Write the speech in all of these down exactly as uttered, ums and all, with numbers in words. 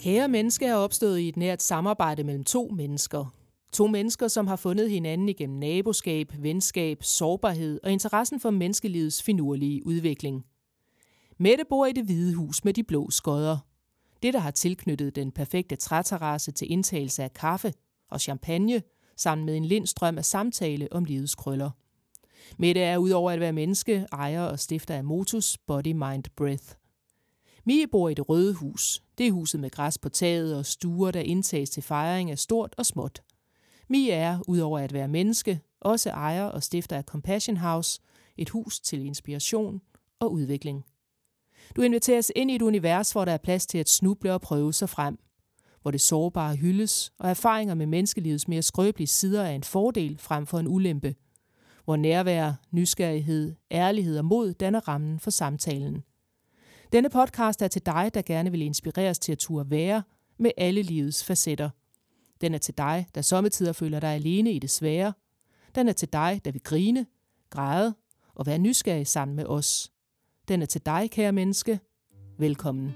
Kære menneske er opstået i et nært samarbejde mellem to mennesker. To mennesker, som har fundet hinanden igennem naboskab, venskab, sårbarhed og interessen for menneskelivets finurlige udvikling. Mette bor i Det Hvide Hus med de blå skodder. Det, der har tilknyttet den perfekte træterrasse til indtagelse af kaffe og champagne, sammen med en lindstrøm af samtale om livets krøller. Mette er udover at være menneske, ejer og stifter af Motus Body Mind Breath. Mie bor i Det Røde Hus. Det er huset med græs på taget og stuer, der indtages til fejring af stort og småt. Mie er, udover at være menneske, også ejer og stifter af Compassion House, et hus til inspiration og udvikling. Du inviteres ind i et univers, hvor der er plads til at snuble og prøve sig frem. Hvor det sårbare hyldes, og erfaringer med menneskelivets mere skrøbelige sider er en fordel frem for en ulempe. Hvor nærvær, nysgerrighed, ærlighed og mod danner rammen for samtalen. Denne podcast er til dig, der gerne vil inspireres til at turde være med alle livets facetter. Den er til dig, der sommetider føler dig alene i det svære. Den er til dig, der vil grine, græde og være nysgerrig sammen med os. Den er til dig, kære menneske. Velkommen.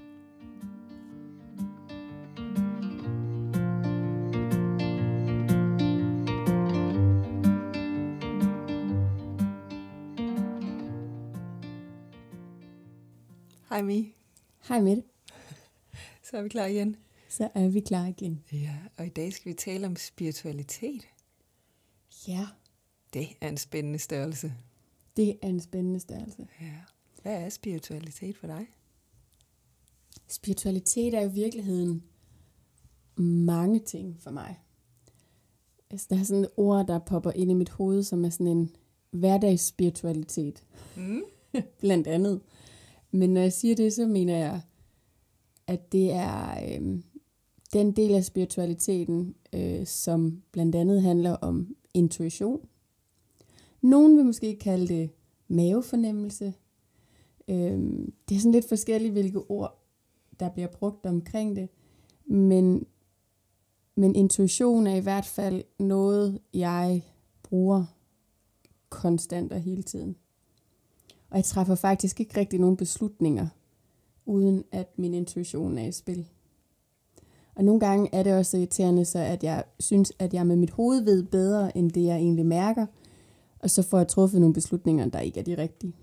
Hej Mie. Hej Mette. Så er vi klar igen. Så er vi klar igen. Ja, og i dag skal vi tale om spiritualitet. Ja. Det er en spændende størrelse. Det er en spændende størrelse. Ja. Hvad er spiritualitet for dig? Spiritualitet er jo i virkeligheden mange ting for mig. Altså, der er sådan et ord, der popper ind i mit hoved, som er sådan en hverdagsspiritualitet. Mm. Blandt andet. Men når jeg siger det, så mener jeg, at det er øh, den del af spiritualiteten, øh, som blandt andet handler om intuition. Nogen vil måske kalde det mavefornemmelse. Øh, det er sådan lidt forskelligt, hvilke ord, der bliver brugt omkring det. Men, men intuition er i hvert fald noget, jeg bruger konstant og hele tiden. Og jeg træffer faktisk ikke rigtig nogen beslutninger, uden at min intuition er i spil. Og nogle gange er det også irriterende, så at jeg synes, at jeg med mit hoved ved bedre, end det jeg egentlig mærker. Og så får jeg truffet nogle beslutninger, der ikke er de rigtige.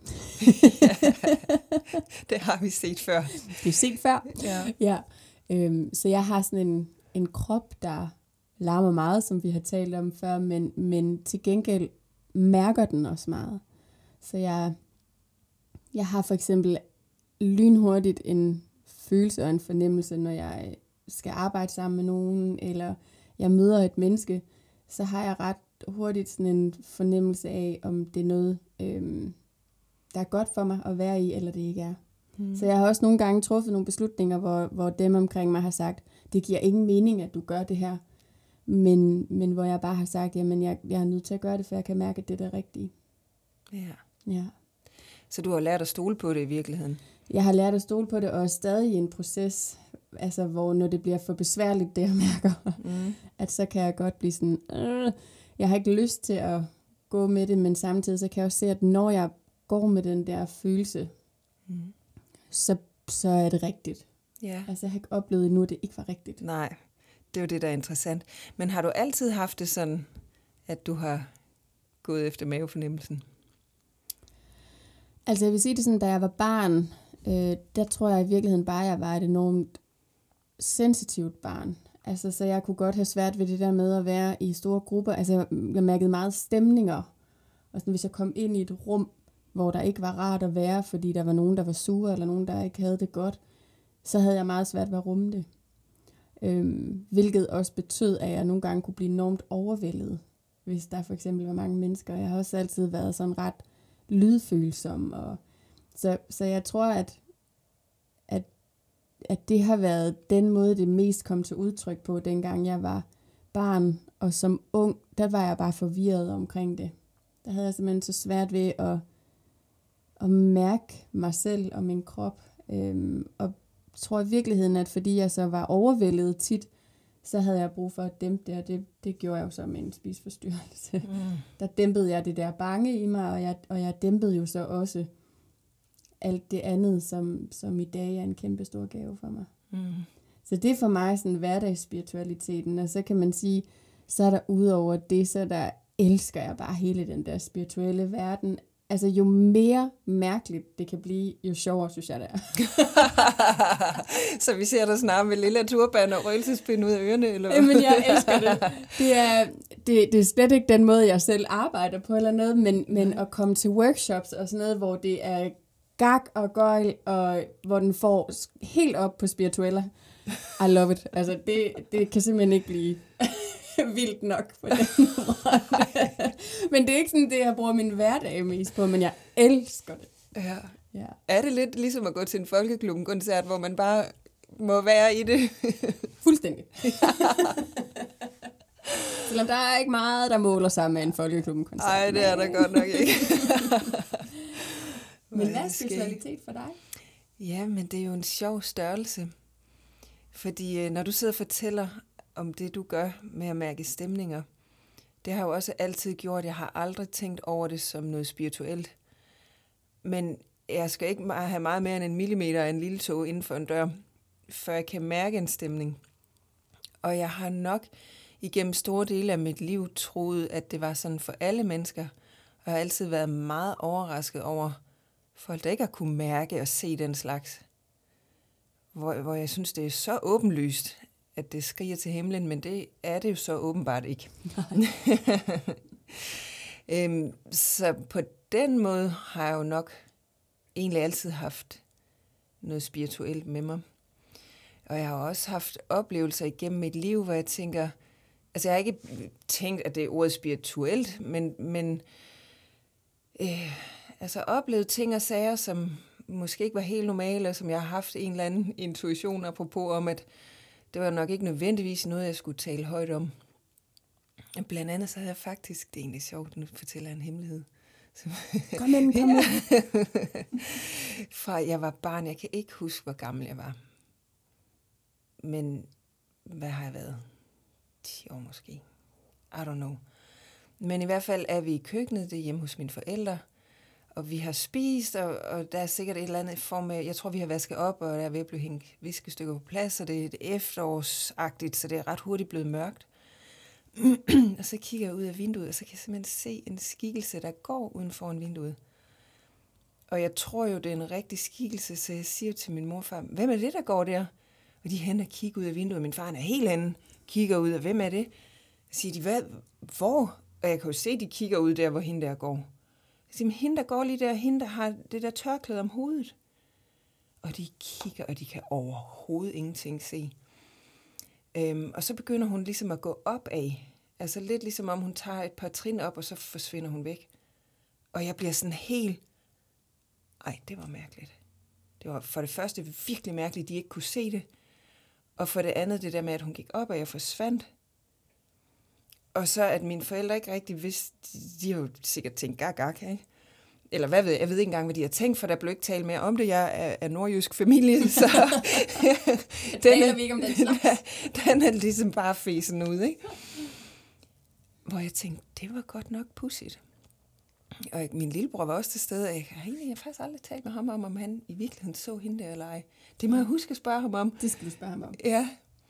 Det har vi set før. Det er set før. Ja. Ja. Øhm, så jeg har sådan en, en krop, der larmer meget, som vi har talt om før, men, men til gengæld mærker den også meget. Så jeg... Jeg har for eksempel lynhurtigt en følelse og en fornemmelse, når jeg skal arbejde sammen med nogen, eller jeg møder et menneske, så har jeg ret hurtigt sådan en fornemmelse af, om det er noget, øhm, der er godt for mig at være i, eller det ikke er. Mm. Så jeg har også nogle gange truffet nogle beslutninger, hvor, hvor dem omkring mig har sagt, det giver ingen mening, at du gør det her. Men, men hvor jeg bare har sagt, jamen jeg, jeg er nødt til at gøre det, for jeg kan mærke, at det er det rigtige. Ja. Ja. Så du har lært at stole på det i virkeligheden? Jeg har lært at stole på det, og er stadig i en proces, altså hvor når det bliver for besværligt, det jeg mærker, mm. at så kan jeg godt blive sådan, øh, jeg har ikke lyst til at gå med det, men samtidig så kan jeg også se, at når jeg går med den der følelse, mm. så, så er det rigtigt. Ja. Altså jeg har ikke oplevet endnu, at det ikke var rigtigt. Nej, det er jo det, der er interessant. Men har du altid haft det sådan, at du har gået efter mavefornemmelsen? Altså jeg vil sige det sådan, da jeg var barn, øh, der tror jeg i virkeligheden bare, at jeg var et enormt sensitivt barn. Altså så jeg kunne godt have svært ved det der med at være i store grupper. Altså jeg mærkede meget stemninger. Og sådan, hvis jeg kom ind i et rum, hvor der ikke var rart at være, fordi der var nogen, der var sure, eller nogen, der ikke havde det godt, så havde jeg meget svært ved at rumme det. Øhm, hvilket også betød, at jeg nogle gange kunne blive enormt overvældet, hvis der for eksempel var mange mennesker. Jeg har også altid været sådan ret lydfølsom. Og så, så jeg tror, at, at, at det har været den måde, det mest kom til udtryk på, dengang jeg var barn. Og som ung, der var jeg bare forvirret omkring det. Der havde jeg simpelthen så svært ved at, at mærke mig selv og min krop. Øhm, og jeg tror i virkeligheden, at fordi jeg så var overvældet tit, så havde jeg brug for at dæmpe det, og det, det gjorde jeg jo så med en spiseforstyrrelse. Mm. Der dæmpede jeg det der bange i mig, og jeg, og jeg dæmpede jo så også alt det andet, som, som i dag er en kæmpe stor gave for mig. Mm. Så det er for mig sådan hverdagsspiritualiteten, og så kan man sige, så er der udover det, så der elsker jeg bare hele den der spirituelle verden. Altså jo mere mærkeligt det kan blive, jo sjovere synes jeg det er. Så vi ser dig snart med lille turban og røgelsespind ud af ørerne, eller hvad? Jamen jeg elsker det. Det er, det, det er slet ikke den måde, jeg selv arbejder på eller noget, men, men at komme til workshops og sådan noget, hvor det er gak og gøjl, og hvor den får helt op på spirituelle. I love it. Altså det, det kan simpelthen ikke blive vildt nok på den måde. Men det er ikke sådan det, jeg bruger min hverdag mest på, men jeg elsker det. Ja. Ja. Er det lidt ligesom at gå til en folkeklubben-koncert, hvor man bare må være i det? Fuldstændig. Selvom der er ikke meget, der måler sig med en folkeklubben-koncert. Nej, det er der godt nok ikke. Men hvad er spiritualitet for dig? Ja, men det er jo en sjov størrelse. Fordi når du sidder og fortæller om det, du gør med at mærke stemninger, det har jo også altid gjort, jeg har aldrig tænkt over det som noget spirituelt. Men jeg skal ikke have meget mere end en millimeter af en lille tog inden for en dør, før jeg kan mærke en stemning. Og jeg har nok igennem store dele af mit liv troet, at det var sådan for alle mennesker. Og jeg har altid været meget overrasket over folk, der ikke har kunne mærke og se den slags. Hvor, hvor jeg synes, det er så åbenlyst, at det skriger til himlen, men det er det jo så åbenbart ikke. øhm, så på den måde har jeg jo nok egentlig altid haft noget spirituelt med mig. Og jeg har også haft oplevelser igennem mit liv, hvor jeg tænker, altså jeg har ikke tænkt, at det er ordet spirituelt, men, men øh, altså oplevet ting og sager, som måske ikke var helt normale, og som jeg har haft en eller anden intuition apropos om, at det var nok ikke nødvendigvis noget, jeg skulle tale højt om. Blandt andet så havde jeg faktisk, det er egentlig sjovt, nu fortæller jeg en hemmelighed. Kom ind, kom ind. Fra jeg var barn, jeg kan ikke huske, hvor gammel jeg var. Men hvad har jeg været? ti år måske. I don't know. Men i hvert fald er vi i køkkenet, det er hjemme hos mine forældre, og vi har spist, og, og der er sikkert et eller andet form af, jeg tror, vi har vasket op, og der er ved at blive hængt viskestykker på plads, og det er et efterårsagtigt, så det er ret hurtigt blevet mørkt. Og så kigger jeg ud af vinduet, og så kan jeg simpelthen se en skikkelse, der går uden foran vinduet. Og jeg tror jo, det er en rigtig skikkelse, så jeg siger til min morfar, hvem er det, der går der? Og de er hen og kigger ud af vinduet, og min far er helt hen, kigger ud, og hvem er det? Så siger de, hvad? Hvor? Og jeg kan jo se, de kigger ud der, hvor hende der går. Jeg siger, hende der går lige der, hende der har det der tørklæde om hovedet. Og de kigger, og de kan overhovedet ingenting se. Øhm, og så begynder hun ligesom at gå op af. Altså lidt ligesom om hun tager et par trin op, og så forsvinder hun væk. Og jeg bliver sådan helt... Ej, det var mærkeligt. Det var for det første virkelig mærkeligt, at de ikke kunne se det. Og for det andet det der med, at hun gik op, og jeg forsvandt. Og så at mine forældre ikke rigtig vidste, de, de har jo sikkert tænkt gak, gak, ikke? Eller hvad ved jeg, jeg ved ikke engang, hvad de har tænkt, for der blev ikke talt mere om det. Jeg er af nordjysk familie, så den, er, ikke om den, den, er, den er ligesom bare fesen ud, ikke? Hvor jeg tænkte, det var godt nok pudsigt. Og min lillebror var også til stede, og jeg har egentlig faktisk aldrig talt med ham om, om han i virkeligheden så hende der eller ej. Det må jeg huske at spørge ham om. Det skal du spørge ham om. Ja.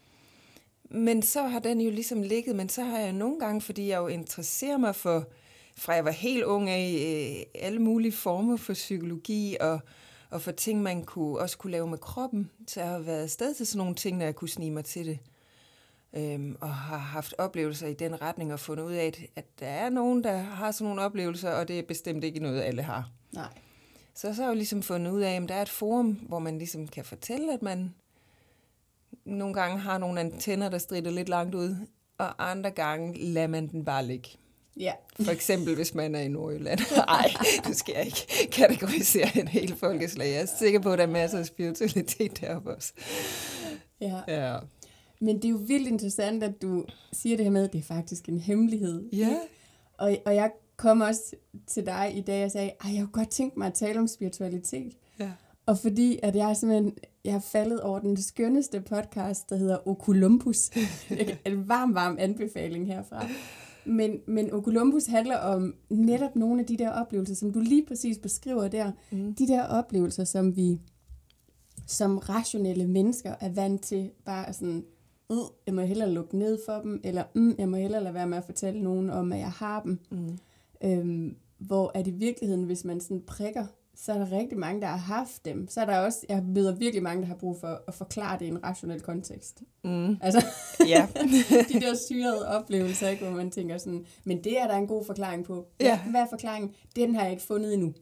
Men så har den jo ligesom ligget, men så har jeg nogle gange, fordi jeg jo interesserer mig for, fra jeg var helt ung af, øh, alle mulige former for psykologi, og, og for ting, man kunne, også kunne lave med kroppen. Så jeg har været afsted til sådan nogle ting, når jeg kunne snige mig til det. Øhm, og har haft oplevelser i den retning, og fundet ud af, at, at der er nogen, der har sådan nogle oplevelser, og det er bestemt ikke noget, alle har. Nej. Så så har jeg jo ligesom fundet ud af, at der er et forum, hvor man ligesom kan fortælle, at man nogle gange har nogle antenner, der strider lidt langt ud, og andre gange lader man den bare ligge. Ja. For eksempel, hvis man er i Nordjylland. Nej, du skal jeg ikke kategorisere en hel folkeslag. Jeg er sikker på, at der er masser af spiritualitet deroppe også. Ja. Ja. Men det er jo vildt interessant, at du siger det her med, at det er faktisk en hemmelighed. Ja. Og, og jeg kom også til dig i dag og sagde, at jeg kunne godt tænke mig at tale om spiritualitet. Ja. Og fordi at jeg er simpelthen, jeg har faldet over den skønneste podcast, der hedder Oculompus. En varm, varm anbefaling herfra. Men, men Oculompus handler om netop nogle af de der oplevelser, som du lige præcis beskriver der. Mm. De der oplevelser, som vi som rationelle mennesker er vant til bare sådan, uh, jeg må hellere lukke ned for dem, eller mm, jeg må hellere lade være med at fortælle nogen om, at jeg har dem. Mm. Øhm, hvor er det i virkeligheden, hvis man sådan prikker, så er der rigtig mange, der har haft dem. Så er der også, jeg ved virkelig mange, der har brug for at forklare det i en rationel kontekst. Mm. Altså, ja. de der syrede oplevelser, ikke, hvor man tænker sådan, men det er der en god forklaring på. Ja. Hvad er forklaringen? Den har jeg ikke fundet endnu.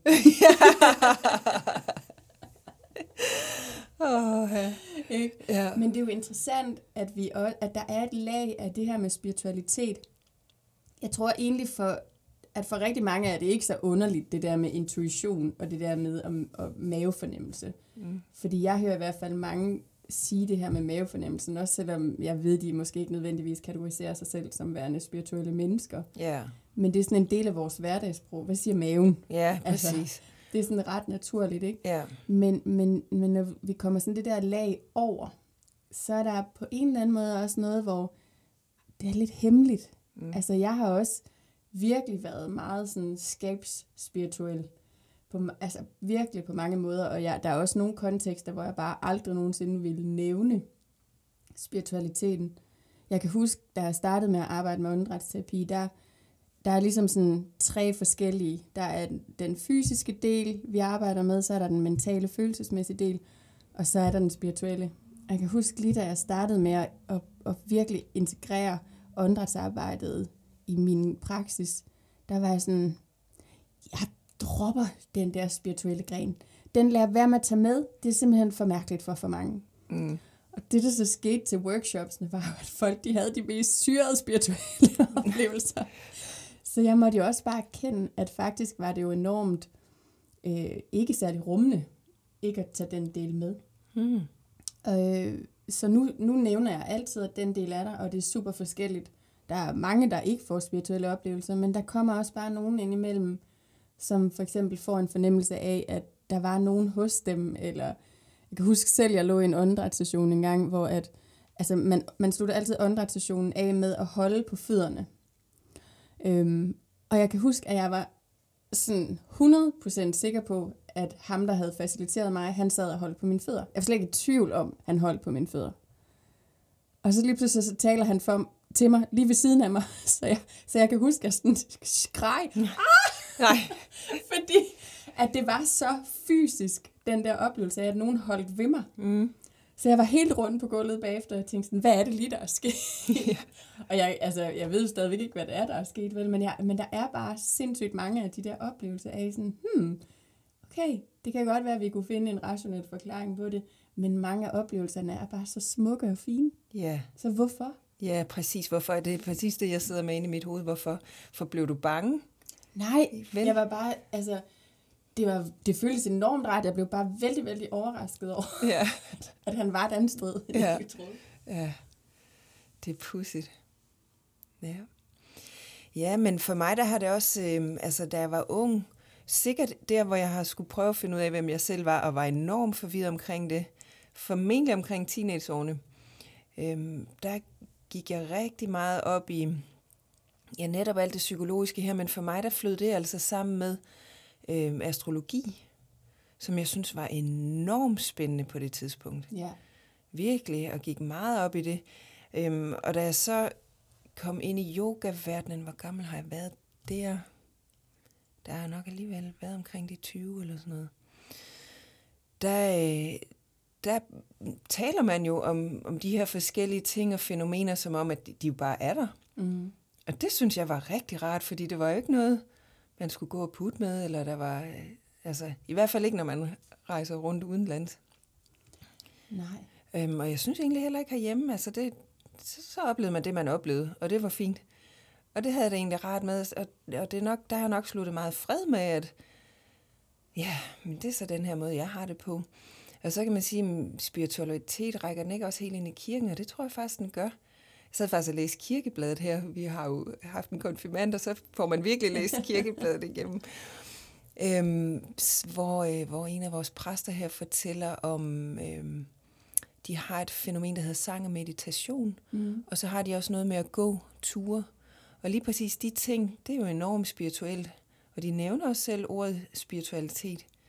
oh, ja. Ja. Men det er jo interessant, at, vi også, at der er et lag af det her med spiritualitet. Jeg tror egentlig, for, at for rigtig mange er det ikke så underligt, det der med intuition og det der med om, om mavefornemmelse. Mm. Fordi jeg hører i hvert fald mange sige det her med mavefornemmelsen, også selvom jeg ved, de måske ikke nødvendigvis kategoriserer sig selv som værende spirituelle mennesker. Yeah. Men det er sådan en del af vores hverdagssprog. Hvad siger maven? Ja, præcis. Altså, det er sådan ret naturligt, ikke? Ja. Men, men, men når vi kommer sådan det der lag over, så er der på en eller anden måde også noget, hvor det er lidt hemmeligt. Mm. Altså, jeg har også virkelig været meget sådan skabsspirituel. På, altså, virkelig på mange måder. Og jeg, der er også nogle kontekster, hvor jeg bare aldrig nogensinde ville nævne spiritualiteten. Jeg kan huske, da jeg startede med at arbejde med åndedrætsterapi, der Der er ligesom sådan tre forskellige. Der er den fysiske del, vi arbejder med, så er der den mentale, følelsesmæssige del, og så er der den spirituelle. Jeg kan huske lige, da jeg startede med at, at, at virkelig integrere åndedrætsarbejdet i min praksis, der var jeg sådan, jeg dropper den der spirituelle gren. Den lader være med at tage med. Det er simpelthen for mærkeligt for for mange. Mm. Og det, der så skete til workshopsene, var at folk de havde de mest syrede spirituelle oplevelser. Så jeg måtte jo også bare erkende, at faktisk var det jo enormt øh, ikke særlig rummende, ikke at tage den del med. Hmm. Øh, så nu, nu nævner jeg altid, at den del er der, og det er super forskelligt. Der er mange, der ikke får spirituelle oplevelser, men der kommer også bare nogen indimellem, som for eksempel får en fornemmelse af, at der var nogen hos dem, eller jeg kan huske selv, jeg lå i en åndedrætsstation en gang, hvor at, altså man, man slutter altid åndedrætssessionen af med at holde på fødderne. Øhm, og jeg kan huske, at jeg var sådan hundrede procent sikker på, at ham, der havde faciliteret mig, han sad og holdt på mine fødder. Jeg var slet ikke i tvivl om, at han holdt på mine fødder. Og så lige pludselig så taler han for, til mig lige ved siden af mig, så jeg, så jeg kan huske, at jeg sådan skreg. Ah! Nej. Fordi at det var så fysisk, den der oplevelse af, at nogen holdt ved mig. Mm. Så jeg var helt rundt på gulvet bagefter, og tænkte sådan, hvad er det lige, der er sket? Ja. Og jeg, altså, jeg ved stadigvæk ikke, hvad det er, der er sket, vel? Men, jeg, men der er bare sindssygt mange af de der oplevelser af sådan, hmm, okay, det kan godt være, at vi kunne finde en rationel forklaring på det, men mange af oplevelserne er bare så smukke og fine. Ja. Så hvorfor? Ja, præcis. Hvorfor? Det er præcis det, jeg sidder med inde i mit hoved. Hvorfor? For blev du bange? Nej, Vel? jeg var bare, altså... Det, var, det føltes enormt rart. Jeg blev bare vældig, vældig overrasket over, ja. at, at han var et andet sted, end ja. jeg troede. Ja, det er pudsigt. Ja. Ja, men for mig, der har det også, øh, altså da jeg var ung, sikkert der, hvor jeg har skulle prøve at finde ud af, hvem jeg selv var, og var enormt forvirret omkring det, formentlig omkring teenageårene, øh, der gik jeg rigtig meget op i, ja, netop alt det psykologiske her, men for mig, der flød det altså sammen med Øhm, astrologi, som jeg synes var enormt spændende på det tidspunkt. Ja. Virkelig, og gik meget op i det. Øhm, og da jeg så kom ind i yoga-verdenen, hvor gammel har jeg været der? Der har nok alligevel været omkring de tyve eller sådan noget. Der, der taler man jo om, om de her forskellige ting og fænomener, som om, at de, de jo bare er der. Mm. Og det synes jeg var rigtig rart, fordi det var jo ikke noget, man skulle gå og putte med, eller der var, altså i hvert fald ikke, når man rejser rundt udenlands. Nej. Øhm, og jeg synes egentlig heller ikke herhjemme, altså det, så, så oplevede man det, man oplevede, og det var fint. Og det havde jeg det egentlig rart med, og, og det er nok, der har nok sluttet meget fred med, at ja, men det er så den her måde, jeg har det på. Og så kan man sige, at spiritualitet rækker den ikke også helt ind i kirken, og det tror jeg faktisk, den gør. Jeg sad faktisk og læste Kirkebladet her. Vi har jo haft en konfirmand, og så får man virkelig læst Kirkebladet igennem. Øhm, hvor, øh, hvor en af vores præster her fortæller om, øh, de har et fænomen, der hedder sang og meditation. Mm. Og så har de også noget med at gå ture. Og lige præcis de ting, det er jo enormt spirituelt. Og de nævner også selv ordet spiritualitet. Yeah.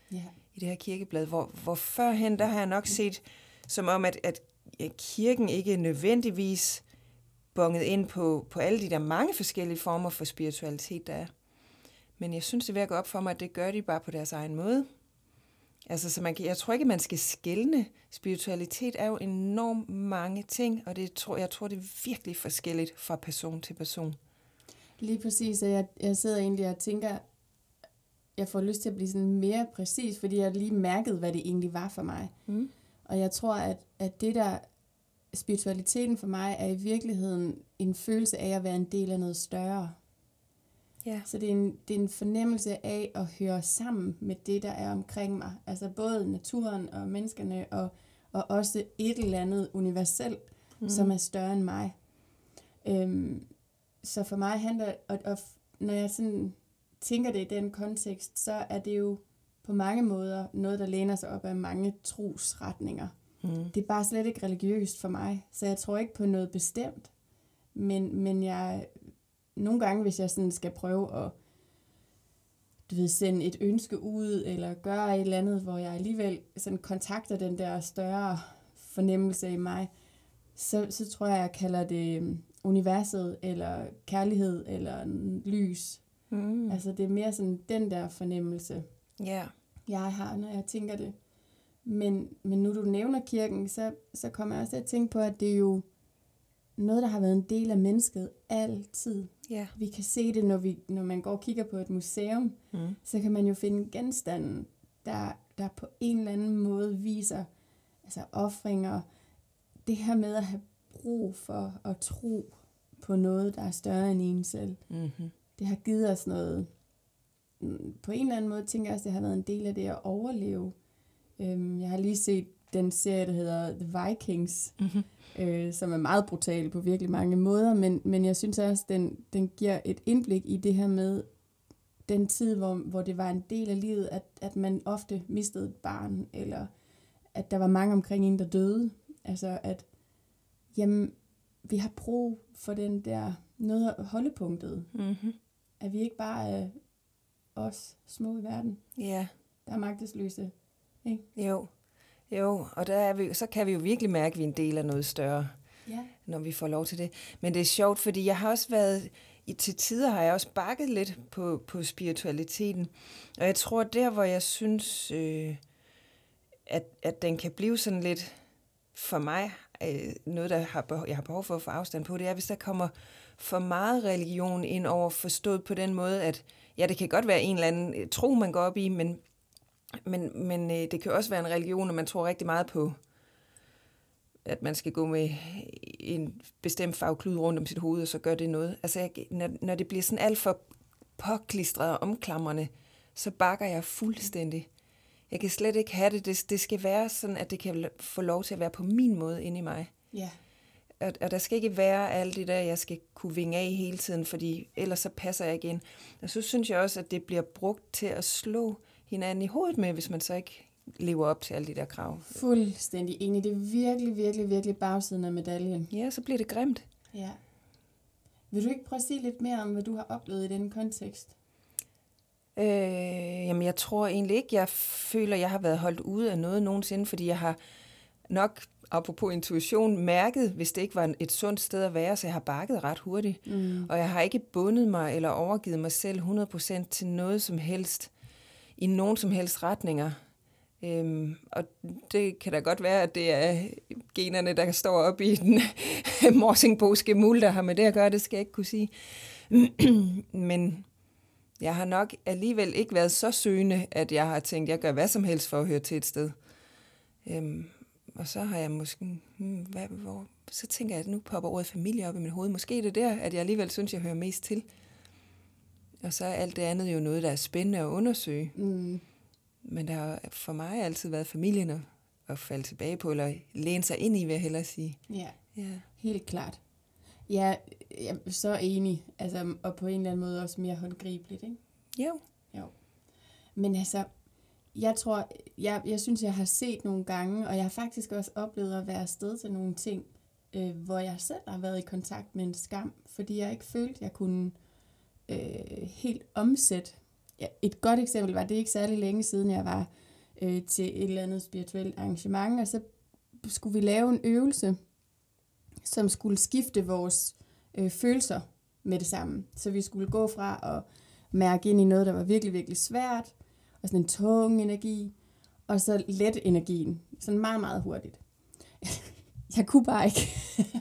i det her kirkeblad, hvor, hvor førhen, der har jeg nok set som om, at, at kirken ikke nødvendigvis bonget ind på, på alle de der mange forskellige former for spiritualitet, der er. Men jeg synes, det er ved at gå op for mig, at det gør de bare på deres egen måde. Altså, så man kan, jeg tror ikke, man skal skelne. Spiritualitet er jo enormt mange ting, og det tror, jeg tror, det er virkelig forskelligt fra person til person. Lige præcis, og jeg, jeg sidder egentlig og tænker, jeg får lyst til at blive sådan mere præcis, fordi jeg lige mærkede, hvad det egentlig var for mig. Mm. Og jeg tror, at, at det der, spiritualiteten for mig, er i virkeligheden en følelse af at være en del af noget større. Ja. Så det er, en, det er en fornemmelse af at høre sammen med det, der er omkring mig. Altså både naturen og menneskerne, og, og også et eller andet universelt, mm. som er større end mig. Øhm, så for mig handler, og, og når jeg sådan tænker det i den kontekst, så er det jo på mange måder noget, der læner sig op af mange trosretninger. Mm. Det er bare slet ikke religiøst for mig, så jeg tror ikke på noget bestemt. Men, men jeg, nogle gange, hvis jeg sådan skal prøve at du ved, sende et ønske ud, eller gøre et eller andet, hvor jeg alligevel sådan kontakter den der større fornemmelse i mig, så, så tror jeg, jeg kalder det universet, eller kærlighed, eller lys. Mm. Altså det er mere sådan den der fornemmelse, yeah. jeg har, når jeg tænker det. Men, men nu du nævner kirken, så, så kommer jeg også til at tænke på, at det er jo noget, der har været en del af mennesket altid. Yeah. Vi kan se det, når, vi, når man går og kigger på et museum, mm. så kan man jo finde genstande, der, der på en eller anden måde viser altså ofringer. Det her med at have brug for at tro på noget, der er større end en selv. Mm-hmm. Det har givet os noget. På en eller anden måde tænker jeg også, det har været en del af det at overleve. Jeg har lige set den serie, der hedder The Vikings, mm-hmm. øh, som er meget brutal på virkelig mange måder, men, men jeg synes også, den, den giver et indblik i det her med den tid, hvor, hvor det var en del af livet, at, at man ofte mistede et barn, eller at der var mange omkring en, der døde. Altså at, jamen, vi har brug for den der noget af holdepunktet. Mm-hmm. At vi ikke bare er os små i verden. Ja. Yeah. Der er magtesløse. Ikke? Jo. Jo, og der er vi, så kan vi jo virkelig mærke, at vi er en del af noget større, ja. Når vi får lov til det. Men det er sjovt, fordi jeg har også været, til tider har jeg også bakket lidt på, på spiritualiteten. Og jeg tror, der hvor jeg synes, øh, at, at den kan blive sådan lidt, for mig, øh, noget, der har behov, jeg har behov for at få afstand på, det er, hvis der kommer for meget religion ind over, forstået på den måde, at ja, det kan godt være en eller anden tro, man går op i, men Men, men øh, det kan også være en religion, når man tror rigtig meget på, at man skal gå med en bestemt farveklud rundt om sit hoved, og så gør det noget. Altså, jeg, når, når det bliver sådan alt for påklistret og omklamrende, så bakker jeg fuldstændig. Jeg kan slet ikke have det. det. Det skal være sådan, at det kan få lov til at være på min måde inde i mig. Ja. Og, og der skal ikke være alt det der, jeg skal kunne vinge af hele tiden, fordi ellers så passer jeg igen. Og så synes jeg også, at det bliver brugt til at slå hinanden i hovedet med, hvis man så ikke lever op til alle de der krav. Fuldstændig enig. Det er virkelig, virkelig, virkelig bagsiden af medaljen. Ja, så bliver det grimt. Ja. Vil du ikke prøve at sige lidt mere om, hvad du har oplevet i den kontekst? Øh, jamen, jeg tror egentlig ikke, jeg føler, jeg har været holdt ude af noget nogensinde, fordi jeg har nok, apropos intuition, mærket, hvis det ikke var et sundt sted at være, så jeg har bakket ret hurtigt. Mm. Og jeg har ikke bundet mig eller overgivet mig selv hundrede procent til noget som helst, i nogen som helst retninger. Øhm, og det kan da godt være, at det er generne, der står op i den morsingboske mul, der har med det at gøre, det skal jeg ikke kunne sige. Men jeg har nok alligevel ikke været så søgende, at jeg har tænkt, at jeg gør hvad som helst for at høre til et sted. Øhm, og så har jeg måske, hmm, hvad, hvor, så tænker jeg, at nu popper ordet familie op i mit hoved. Måske er det der, at jeg alligevel synes, jeg hører mest til. Og så er alt det andet jo noget, der er spændende at undersøge. Mm. Men der har for mig altid været familien at, at falde tilbage på, eller læne sig ind i, vil jeg hellere sige. Ja, ja. Helt klart. Ja, jeg er så enig. Altså, og på en eller anden måde også mere håndgribeligt, ikke? Jo. Jo. Men altså, jeg tror, jeg, jeg synes, jeg har set nogle gange, og jeg har faktisk også oplevet at være afsted til nogle ting, øh, hvor jeg selv har været i kontakt med en skam, fordi jeg ikke følte, jeg kunne øh, helt omsætte. Ja, et godt eksempel var, det ikke særlig længe siden, jeg var øh, til et eller andet spirituelt arrangement, og så skulle vi lave en øvelse, som skulle skifte vores øh, følelser med det samme. Så vi skulle gå fra at mærke ind i noget, der var virkelig, virkelig svært, og sådan en tung energi, og så let energien, sådan meget, meget hurtigt. Jeg kunne bare ikke.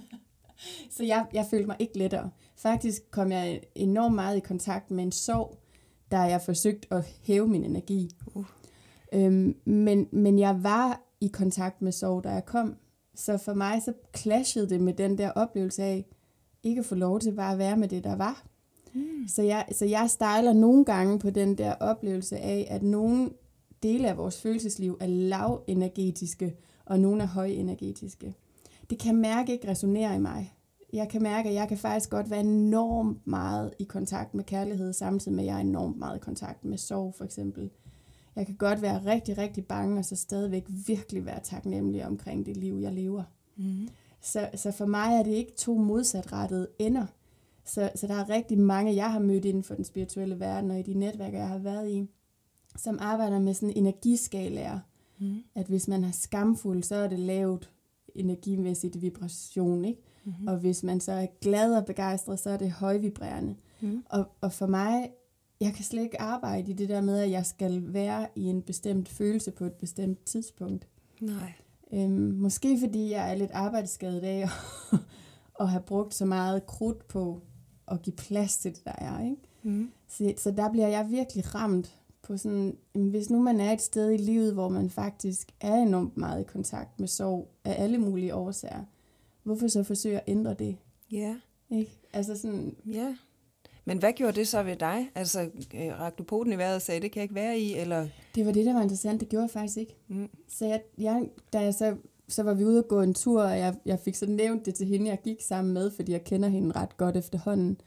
Så jeg, jeg følte mig ikke lettere. Faktisk kom jeg enormt meget i kontakt med en sorg, da jeg forsøgte at hæve min energi. Uh. Øhm, men, men jeg var i kontakt med sorg, da jeg kom. Så for mig så clashede det med den der oplevelse af, ikke at få lov til bare at være med det, der var. Mm. Så, jeg, så jeg stejler nogle gange på den der oplevelse af, at nogle dele af vores følelsesliv er lavenergetiske, og nogle er højenergetiske. Det kan mærke ikke resonere i mig. Jeg kan mærke, at jeg kan faktisk godt være enormt meget i kontakt med kærlighed, samtidig med, at jeg er enormt meget i kontakt med sorg, for eksempel. Jeg kan godt være rigtig, rigtig bange, og så stadigvæk virkelig være taknemmelig omkring det liv, jeg lever. Mm. Så, så for mig er det ikke to modsatrettede ender. Så, så der er rigtig mange, jeg har mødt inden for den spirituelle verden, og i de netværker, jeg har været i, som arbejder med sådan energiskalaer. Mm. At hvis man er skamfuld, så er det lavt energimæssigt vibration, ikke? Mm-hmm. Og hvis man så er glad og begejstret, så er det højvibrerende. Mm. Og, og for mig, jeg kan slet ikke arbejde i det der med, at jeg skal være i en bestemt følelse på et bestemt tidspunkt. Nej. Øhm, måske fordi jeg er lidt arbejdsskadet af at, at have brugt så meget krudt på at give plads til det, der er. Ikke? Mm. Så, så der bliver jeg virkelig ramt på sådan, hvis nu man er et sted i livet, hvor man faktisk er enormt meget i kontakt med sorg af alle mulige årsager, hvorfor så forsøge at ændre det? Ja. Ikke? Altså sådan... Ja. Men hvad gjorde det så ved dig? Altså, øh, rakte du poten i vejret og sagde, det kan jeg ikke være i, eller? Det var det, der var interessant. Det gjorde jeg faktisk ikke. Mm. Så, jeg, jeg, da jeg så, så var vi ude og gå en tur, og jeg, jeg fik så nævnt det til hende, jeg gik sammen med, fordi jeg kender hende ret godt efterhånden.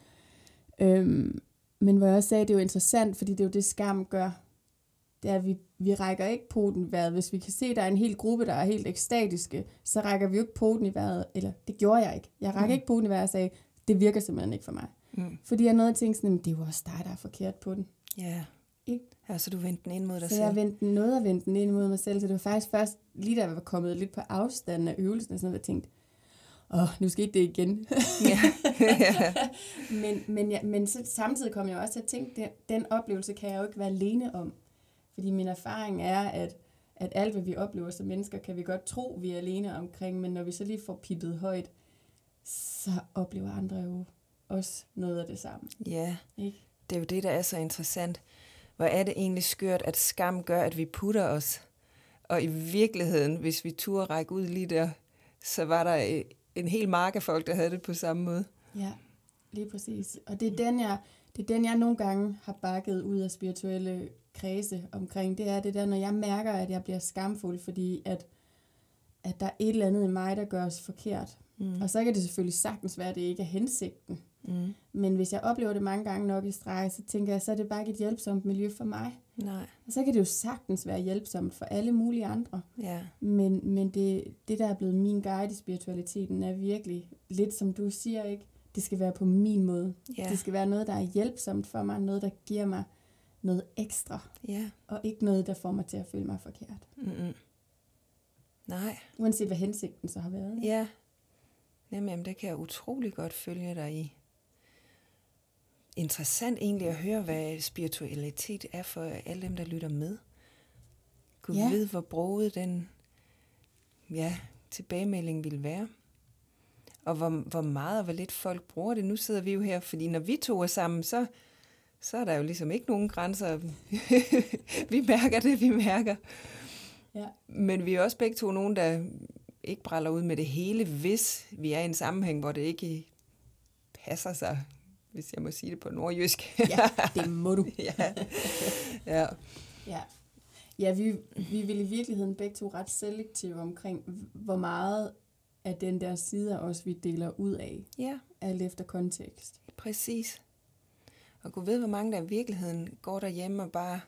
Øhm, men hvor jeg også sagde, det er jo interessant, fordi det er jo det, skam gør. Det er, at vi, vi rækker ikke poten i vejret. Hvis vi kan se, at der er en hel gruppe, der er helt ekstatiske, så rækker vi jo ikke poten i vejret. Eller, det gjorde jeg ikke. Jeg rækker mm. ikke poten i vejret og sagde, det virker simpelthen ikke for mig. Mm. Fordi jeg nåede at tænke sådan, det er jo også dig, der er forkert på den. Ja. Ikke? Ja, så du vendte den ind mod dig så selv. Så jeg vendte den noget at vende den ind mod mig selv. Så det var faktisk først, lige da jeg var kommet lidt på afstanden af øvelsen, og sådan noget, jeg tænkte, åh, nu skete det igen. Ja. men men, ja, men så, samtidig kom jeg også til at tænke, den, den oplevelse kan jeg jo ikke være alene om. Fordi min erfaring er, at, at alt, hvad vi oplever som mennesker, kan vi godt tro, vi er alene omkring, men når vi så lige får pittet højt, så oplever andre jo også noget af det samme. Ja, ikke? Det er jo det, der er så interessant. Hvor er det egentlig skørt, at skam gør, at vi putter os? Og i virkeligheden, hvis vi turde række ud lige der, så var der en hel mark af folk, der havde det på samme måde. Ja, lige præcis. Og det er den, jeg, det er den, jeg nogle gange har bakket ud af spirituelle kredse omkring. Det er det der, når jeg mærker, at jeg bliver skamfuld, fordi at, at der er et eller andet i mig, der gør os forkert. Mm. Og så kan det selvfølgelig sagtens være, at det ikke er hensigten. Mm. Men hvis jeg oplever det mange gange nok i streg, så tænker jeg, så er det bare ikke et hjælpsomt miljø for mig. Nej. Og så kan det jo sagtens være hjælpsomt for alle mulige andre. Ja. Men, men det, det, der er blevet min guide i spiritualiteten, er virkelig lidt som du siger, ikke? Det skal være på min måde. Ja. Det skal være noget, der er hjælpsomt for mig, noget, der giver mig noget ekstra. Ja. Og ikke noget, der får mig til at føle mig forkert. Mm-mm. Nej. Uanset hvad hensigten så har været. Ikke? Ja. Jamen, det kan jeg utrolig godt følge dig i. Interessant egentlig at høre, hvad spiritualitet er for alle dem, der lytter med. Gud ja. Ved, hvor broget den ja, tilbagemelding vil være. Og hvor, hvor meget og hvor lidt folk bruger det. Nu sidder vi jo her, fordi når vi to er sammen, så, så er der jo ligesom ikke nogen grænser. Vi mærker det, vi mærker. Ja. Men vi er også begge to nogen, der ikke bræller ud med det hele, hvis vi er i en sammenhæng, hvor det ikke passer sig, hvis jeg må sige det på nordjysk. Ja, det må du. ja. Ja. Ja, ja vi, vi vil i virkeligheden begge to ret selektive omkring, hvor meget af den der side af os, vi deler ud af, ja. Alt efter kontekst. Præcis. Og Gud ved, hvor mange der i virkeligheden går derhjemme og bare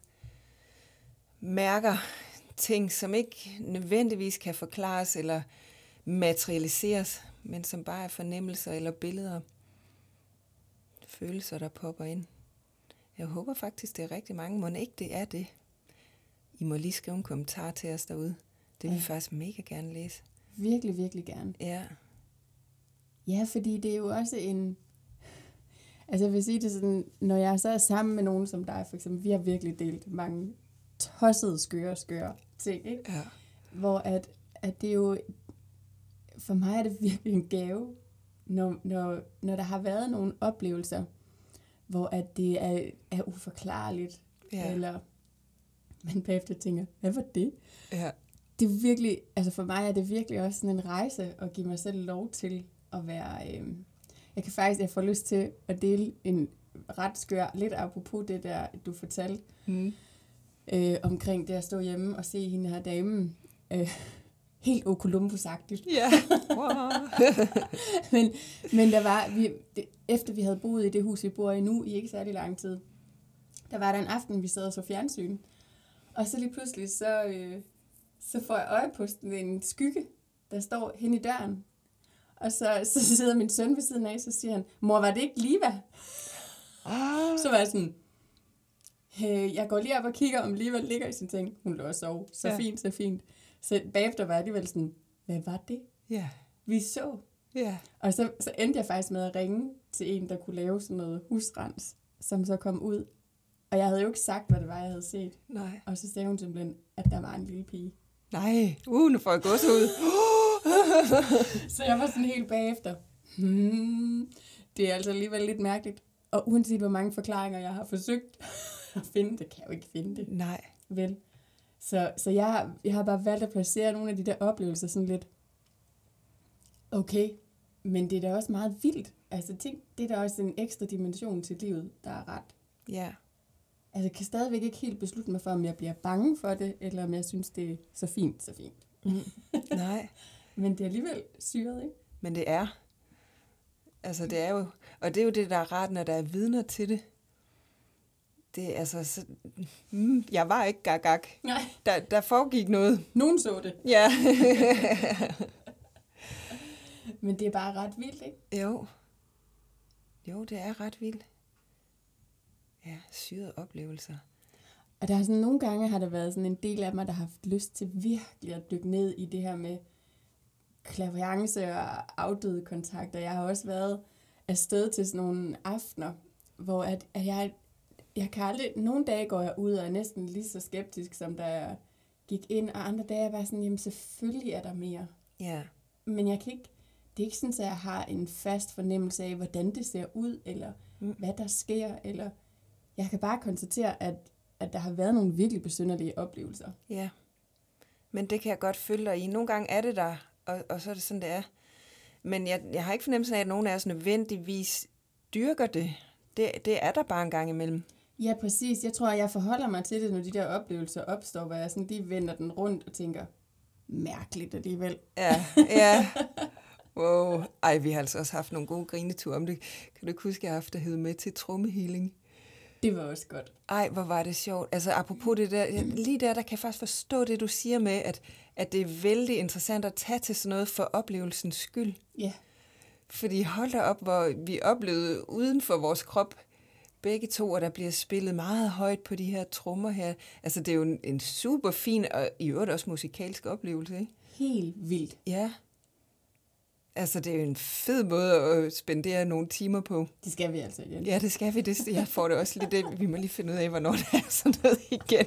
mærker ting, som ikke nødvendigvis kan forklares eller materialiseres, men som bare er fornemmelser eller billeder, følelser, der popper ind. Jeg håber faktisk, det er rigtig mange, må ikke det er det. I må lige skrive en kommentar til os derude. Det vil Ja. vi faktisk mega gerne læse. Virkelig, virkelig gerne. Ja. Ja, fordi det er jo også en... Altså jeg vil sige det sådan, når jeg så er sammen med nogen som dig, for eksempel, vi har virkelig delt mange tossede, skøre, skøre ting, ikke? Ja. Hvor at, at det jo... For mig er det virkelig en gave, når, når, når der har været nogle oplevelser, hvor at det er, er uforklarligt, Ja. eller man bagefter tænker, hvad var det? Ja. Det er virkelig, altså for mig er det virkelig også sådan en rejse at give mig selv lov til at være... Øh, jeg kan faktisk, jeg får lyst til at dele en ret skør, lidt apropos det der, du fortalte, Mm. øh, omkring det at stå hjemme og se hende her dame, øh, helt Columbus-agtigt. Ja. Wow. men, men der var, vi, det, efter vi havde boet i det hus, vi bor i nu, i ikke særlig lang tid, der var der en aften, vi sad og så fjernsyn, og så lige pludselig, så, øh, så får jeg øje på sådan en skygge, der står hen i døren. Og så, så sidder min søn ved siden af, så siger han, mor, var det ikke Liva? Ah. Så var jeg sådan, øh, jeg går lige op og kigger, om Liva ligger i sin ting. Hun lå og sove. Så Ja. fint, så fint. Så bagefter var jeg alligevel sådan, hvad var det, Ja. vi så? Ja. Og så, så endte jeg faktisk med at ringe til en, der kunne lave sådan noget husrens, som så kom ud. Og jeg havde jo ikke sagt, hvad det var, jeg havde set. Nej. Og så sagde hun simpelthen, at der var en lille pige. Nej. Uh, nu får jeg gåsehud. Så jeg var sådan helt bagefter. Hmm, det er altså alligevel lidt mærkeligt. Og uanset hvor mange forklaringer, jeg har forsøgt at finde, det kan jeg jo ikke finde det. Nej. Vel. Så, så jeg, har, jeg har bare valgt at placere nogle af de der oplevelser sådan lidt, okay, men det er da også meget vildt. Altså tænk, det er da også en ekstra dimension til livet, der er ret. Ja. Altså jeg kan stadigvæk ikke helt beslutte mig for, om jeg bliver bange for det, eller om jeg synes, det er så fint, så fint. Mm. Nej. Men det er alligevel syret, ikke? Men det er. Altså det er jo, og det er jo det, der er rart, når der er vidner til det. Det er altså, så, mm, jeg var ikke gagag. Nej. Der, der foregik noget. Nogen så det. Ja. Men det er bare ret vildt, ikke? Jo. Jo, det er ret vildt. Ja, syrede oplevelser. Og der er sådan, nogle gange har der været sådan en del af mig, der har haft lyst til virkelig at dykke ned i det her med klaviance og afdøde kontakter. Jeg har også været afsted til sådan nogle aftener, hvor at, at jeg, jeg kan aldrig, nogle dage går jeg ud og er næsten lige så skeptisk, som da jeg gik ind, og andre dage er jeg bare sådan, jamen selvfølgelig er der mere. Ja. Men jeg kan ikke, det er ikke sådan, at jeg har en fast fornemmelse af, hvordan det ser ud, eller Mm. hvad der sker, eller jeg kan bare konstatere, at, at der har været nogle virkelig besynderlige oplevelser. Ja. Men det kan jeg godt følge dig i. Nogle gange er det der, og, og så er det sådan, det er. Men jeg, jeg har ikke fornemmelsen af, at nogen af os nødvendigvis dyrker det. det. Det er der bare en gang imellem. Ja, præcis. Jeg tror, jeg forholder mig til det, når de der oplevelser opstår, hvor jeg sådan lige vender den rundt og tænker, mærkeligt alligevel. Ja, ja. Wow. Ej, vi har altså også haft nogle gode grineture om det. Kan du ikke huske, at jeg har haft det hed med til trommehealing? Det var også godt. Ej, hvor var det sjovt. Altså, apropos det der, lige der, der kan jeg faktisk forstå det, du siger med, at, at det er vældig interessant at tage til sådan noget for oplevelsens skyld. Ja. Fordi hold da op, hvor vi oplevede uden for vores krop, begge to, og der bliver spillet meget højt på de her trommer her. Altså, det er jo en, en super fin, og i øvrigt også musikalsk oplevelse, ikke? Helt vildt. Ja. Altså, det er jo en fed måde at spendere nogle timer på. Det skal vi altså igen. Ja, det skal vi. Det, jeg får det også lidt det. Vi må lige finde ud af, hvornår det er sådan noget igen.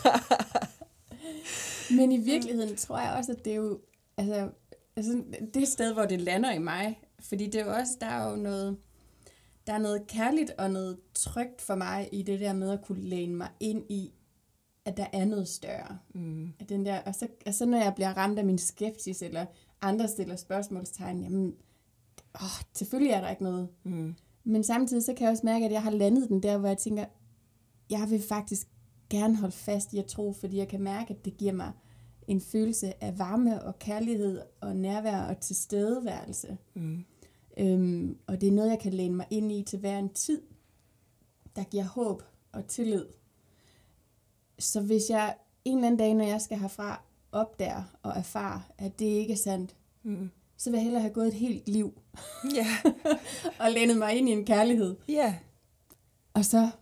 Men i virkeligheden tror jeg også, at det er jo altså, altså, det sted, hvor det lander i mig. Fordi det er jo også, der er jo noget, der er noget kærligt og noget trygt for mig i det der med at kunne læne mig ind i, at der er noget større. Mm. At den der, og, så, og så når jeg bliver ramt af min skepsis, eller andre stiller spørgsmålstegn, jamen, åh, selvfølgelig er der ikke noget. Mm. Men samtidig så kan jeg også mærke, at jeg har landet den der, hvor jeg tænker, jeg vil faktisk gerne holde fast i at tro, fordi jeg kan mærke, at det giver mig en følelse af varme og kærlighed og nærvær og tilstedeværelse. Mm. Øhm, og det er noget, jeg kan læne mig ind i til hver en tid, der giver håb og tillid. Så hvis jeg en eller anden dag, når jeg skal herfra, opdager og erfare, at det ikke er sandt, Mm. så vil jeg hellere have gået et helt liv Ja. og lænet mig ind i en kærlighed. Ja. Og så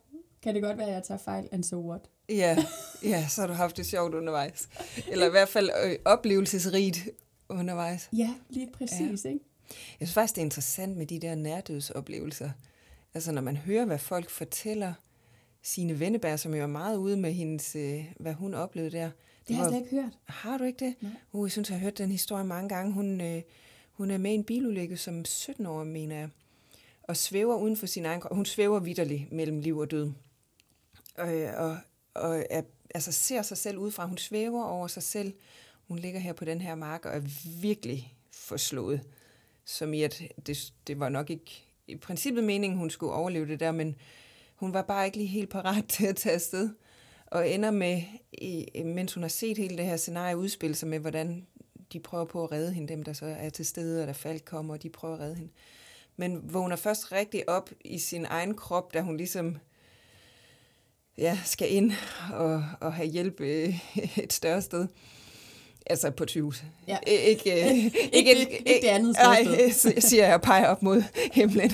kan det godt være, at jeg tager fejl, and so what? Ja, ja, så har du haft det sjovt undervejs. Eller i hvert fald øh, oplevelsesrigt undervejs. Ja, lige præcis, ja. Ikke? Jeg synes faktisk, det er interessant med de der nærdødsoplevelser. Altså, når man hører, hvad folk fortæller, Signe Wenneberg, som jo er meget ude med hendes, øh, hvad hun oplevede der. Det, det har var, jeg slet ikke hørt. Har du ikke det? Nej. Uh, jeg synes, jeg har hørt den historie mange gange. Hun, øh, hun er med i en bilulykke som sytten år, mener jeg, og svæver uden for sin egen krop. Hun svæver vitterligt mellem liv og død. Øh, og og er, altså ser sig selv udefra. Hun svæver over sig selv. Hun ligger her på den her mark og er virkelig forslået. Som i, at det, det var nok ikke i princippet meningen, hun skulle overleve det der, men hun var bare ikke lige helt parat til at tage afsted. Og ender med, i, mens hun har set hele det her scenarie udspille sig med, hvordan de prøver på at redde hende, dem der så er til stede, og der Falk kommer, og de prøver at redde hende. Men vågner først rigtig op i sin egen krop, da hun ligesom ja, skal ind og, og have hjælp øh, et større sted. Altså på et sygehus. Ja. Ikke, øh, ikke, ikke, ikke, ikke det andet sted. Nej, siger jeg og peger op mod himlen.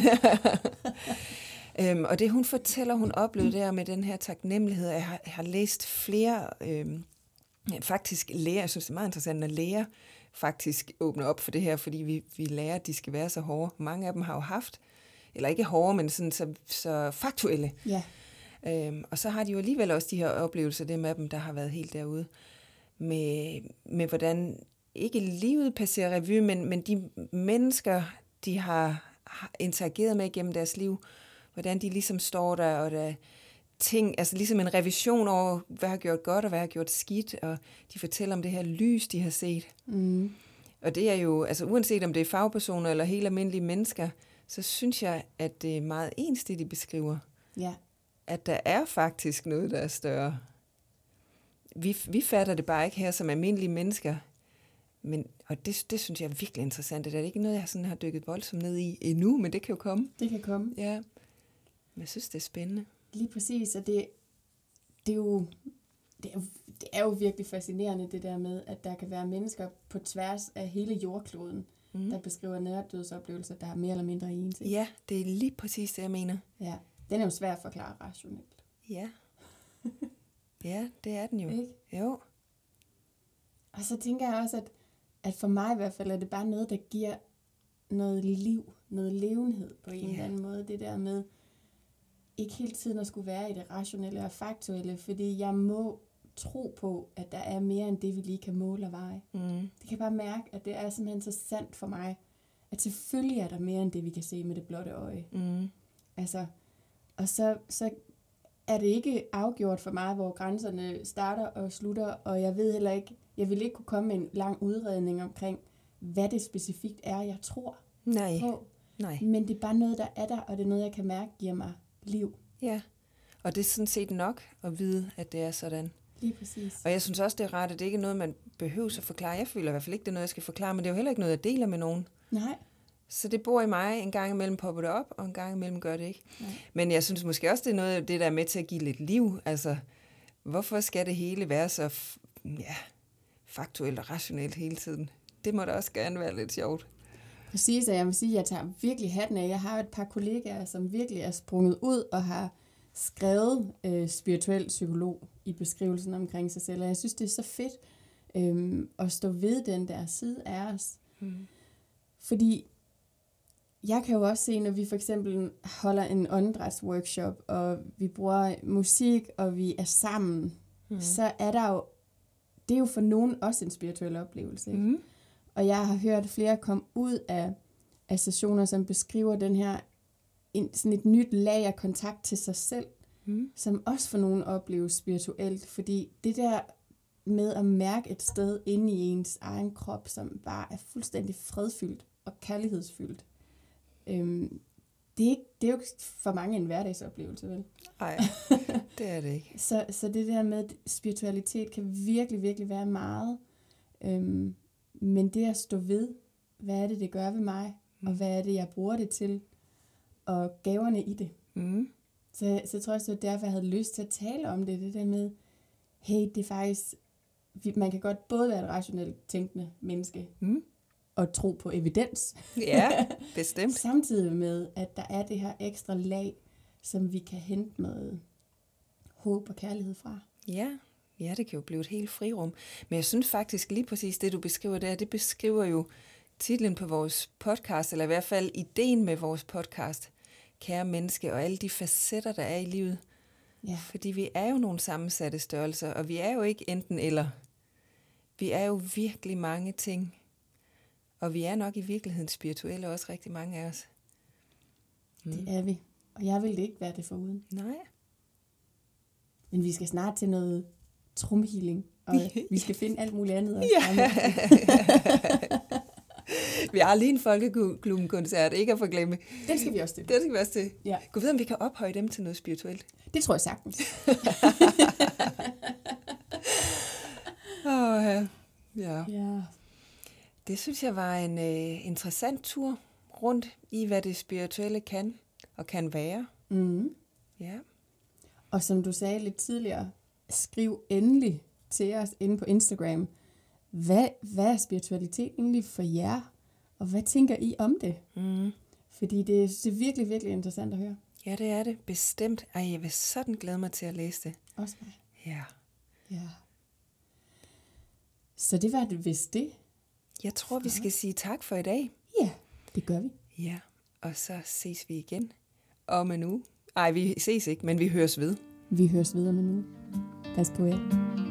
øhm, og det hun fortæller, hun oplevede der med den her taknemmelighed, jeg har, jeg har læst flere, øhm, faktisk læger, jeg synes det er meget interessant, at læger faktisk åbner op for det her, fordi vi, vi lærer, at de skal være så hårde. Mange af dem har jo haft, eller ikke hårde, men sådan så, så faktuelle. Ja. Øhm, og så har de jo alligevel også de her oplevelser, det med dem, der har været helt derude, med, med hvordan, ikke livet passerer revy, men, men de mennesker, de har, har interageret med gennem deres liv, hvordan de ligesom står der, og der ting, altså ligesom en revision over, hvad har gjort godt, og hvad har gjort skidt, og de fortæller om det her lys, de har set. Mm. Og det er jo, altså uanset om det er fagpersoner, eller helt almindelige mennesker, så synes jeg, at det er meget ens, det de beskriver. Ja. At der er faktisk noget, der er større. Vi, vi fatter det bare ikke her som almindelige mennesker. Men, og det, det synes jeg er virkelig interessant. Det er ikke noget, jeg sådan har dykket voldsomt ned i endnu, men det kan jo komme. Det kan komme. Ja. Men jeg synes, det er spændende. Lige præcis, og det, det, er jo, det, er jo, det er jo virkelig fascinerende, det der med, at der kan være mennesker på tværs af hele jordkloden, mm. der beskriver nærdødsoplevelser, der er mere eller mindre ens. Ja, det er lige præcis det, jeg mener. Ja, den er jo svær at forklare rationelt. Ja. Ja, det er den jo. Ikke? Jo. Og så tænker jeg også, at, at for mig i hvert fald er det bare noget, der giver noget liv, noget levenhed på en Ja. eller anden måde. Det der med ikke hele tiden at skulle være i det rationelle og faktuelle, fordi jeg må tro på, at der er mere end det, vi lige kan måle og veje. Mm. Det kan jeg bare mærke, at det er simpelthen så sandt for mig, at selvfølgelig er der mere end det, vi kan se med det blotte øje. Mm. Altså, og så, så er det ikke afgjort for mig, hvor grænserne starter og slutter, og jeg ved heller ikke, jeg vil ikke kunne komme med en lang udredning omkring, hvad det specifikt er, jeg tror Nej. på. Nej. Men det er bare noget, der er der, og det er noget, jeg kan mærke giver mig liv. Ja. Og det er sådan set nok at vide, at det er sådan. Lige præcis. Og jeg synes også, det er rart, at det ikke er noget, man behøver at forklare. Jeg føler i hvert fald ikke, det er noget, jeg skal forklare, men det er jo heller ikke noget, jeg deler med nogen. Nej. Så det bor i mig. En gang imellem popper det op, og en gang imellem gør det ikke. Nej. Men jeg synes måske også, det er noget af det, der er med til at give lidt liv. Altså, hvorfor skal det hele være så f- ja, faktuelt og rationelt hele tiden? Det må da også gerne være lidt sjovt. Præcis, og jeg vil sige, at jeg tager virkelig hatten af. Jeg har et par kollegaer, som virkelig er sprunget ud og har skrevet øh, spirituel psykolog i beskrivelsen omkring sig selv. Og jeg synes, det er så fedt øh, at stå ved den der side af os. Mm. Fordi jeg kan jo også se, når vi for eksempel holder en åndedrætsworkshop, og vi bruger musik, og vi er sammen, mm. så er der jo, det er jo for nogen også en spirituel oplevelse. Ikke? Mm. Og jeg har hørt flere komme ud af, af sessioner, som beskriver den her, en, sådan et nyt lag af kontakt til sig selv, Mm. som også for nogen opleves spirituelt, fordi det der med at mærke et sted inde i ens egen krop, som bare er fuldstændig fredfyldt og kærlighedsfyldt, øhm, det, er ikke, det er jo ikke for mange en hverdagsoplevelse, vel? Nej, det er det ikke. Så, så det der med spiritualitet kan virkelig, virkelig være meget, øhm, men det at stå ved, hvad er det, det gør ved mig, mm. og hvad er det, jeg bruger det til, og gaverne i det. Mm. Så, så tror jeg, det var derfor, jeg havde lyst til at tale om det, det der med, hey, det er faktisk, man kan godt både være et rationelt tænkende menneske, Mm. og tro på evidens, Ja, bestemt. samtidig med, at der er det her ekstra lag, som vi kan hente noget håb og kærlighed fra. Ja, ja, det kan jo blive et helt frirum. Men jeg synes faktisk lige præcis det, du beskriver der, det beskriver jo titlen på vores podcast, eller i hvert fald ideen med vores podcast, Kære menneske, og alle de facetter, der er i livet. Ja. Fordi vi er jo nogle sammensatte størrelser, og vi er jo ikke enten eller. Vi er jo virkelig mange ting. Og vi er nok i virkeligheden spirituelle, også rigtig mange af os. Mm. Det er vi. Og jeg vil ikke være det foruden. Nej. Men vi skal snart til noget trommehealing, og vi skal finde alt muligt andet. Ja. Vi har lige en folkeklubben-koncert, ikke at forglemme. Den skal vi også til. Den skal vi også til. Ja. Gå videre, om vi kan ophøje dem til noget spirituelt. Det tror jeg sagtens. oh, ja. Ja. ja. Det synes jeg var en uh, interessant tur rundt i, hvad det spirituelle kan og kan være. Mm. Ja. Og som du sagde lidt tidligere, skriv endelig til os inde på Instagram, hvad, hvad er spiritualitet egentlig for jer? Og hvad tænker I om det? Mm. Fordi det, det er virkelig, virkelig interessant at høre. Ja, det er det. Bestemt. Ej, jeg vil sådan glæde mig til at læse det. Også mig. Ja. Ja. Så det var det vist det. Jeg tror, vi skal sige tak for i dag. Ja, det gør vi. Ja, og så ses vi igen om en uge. Ej, vi ses ikke, men vi høres ved. Vi høres ved om en uge. Pas på jer.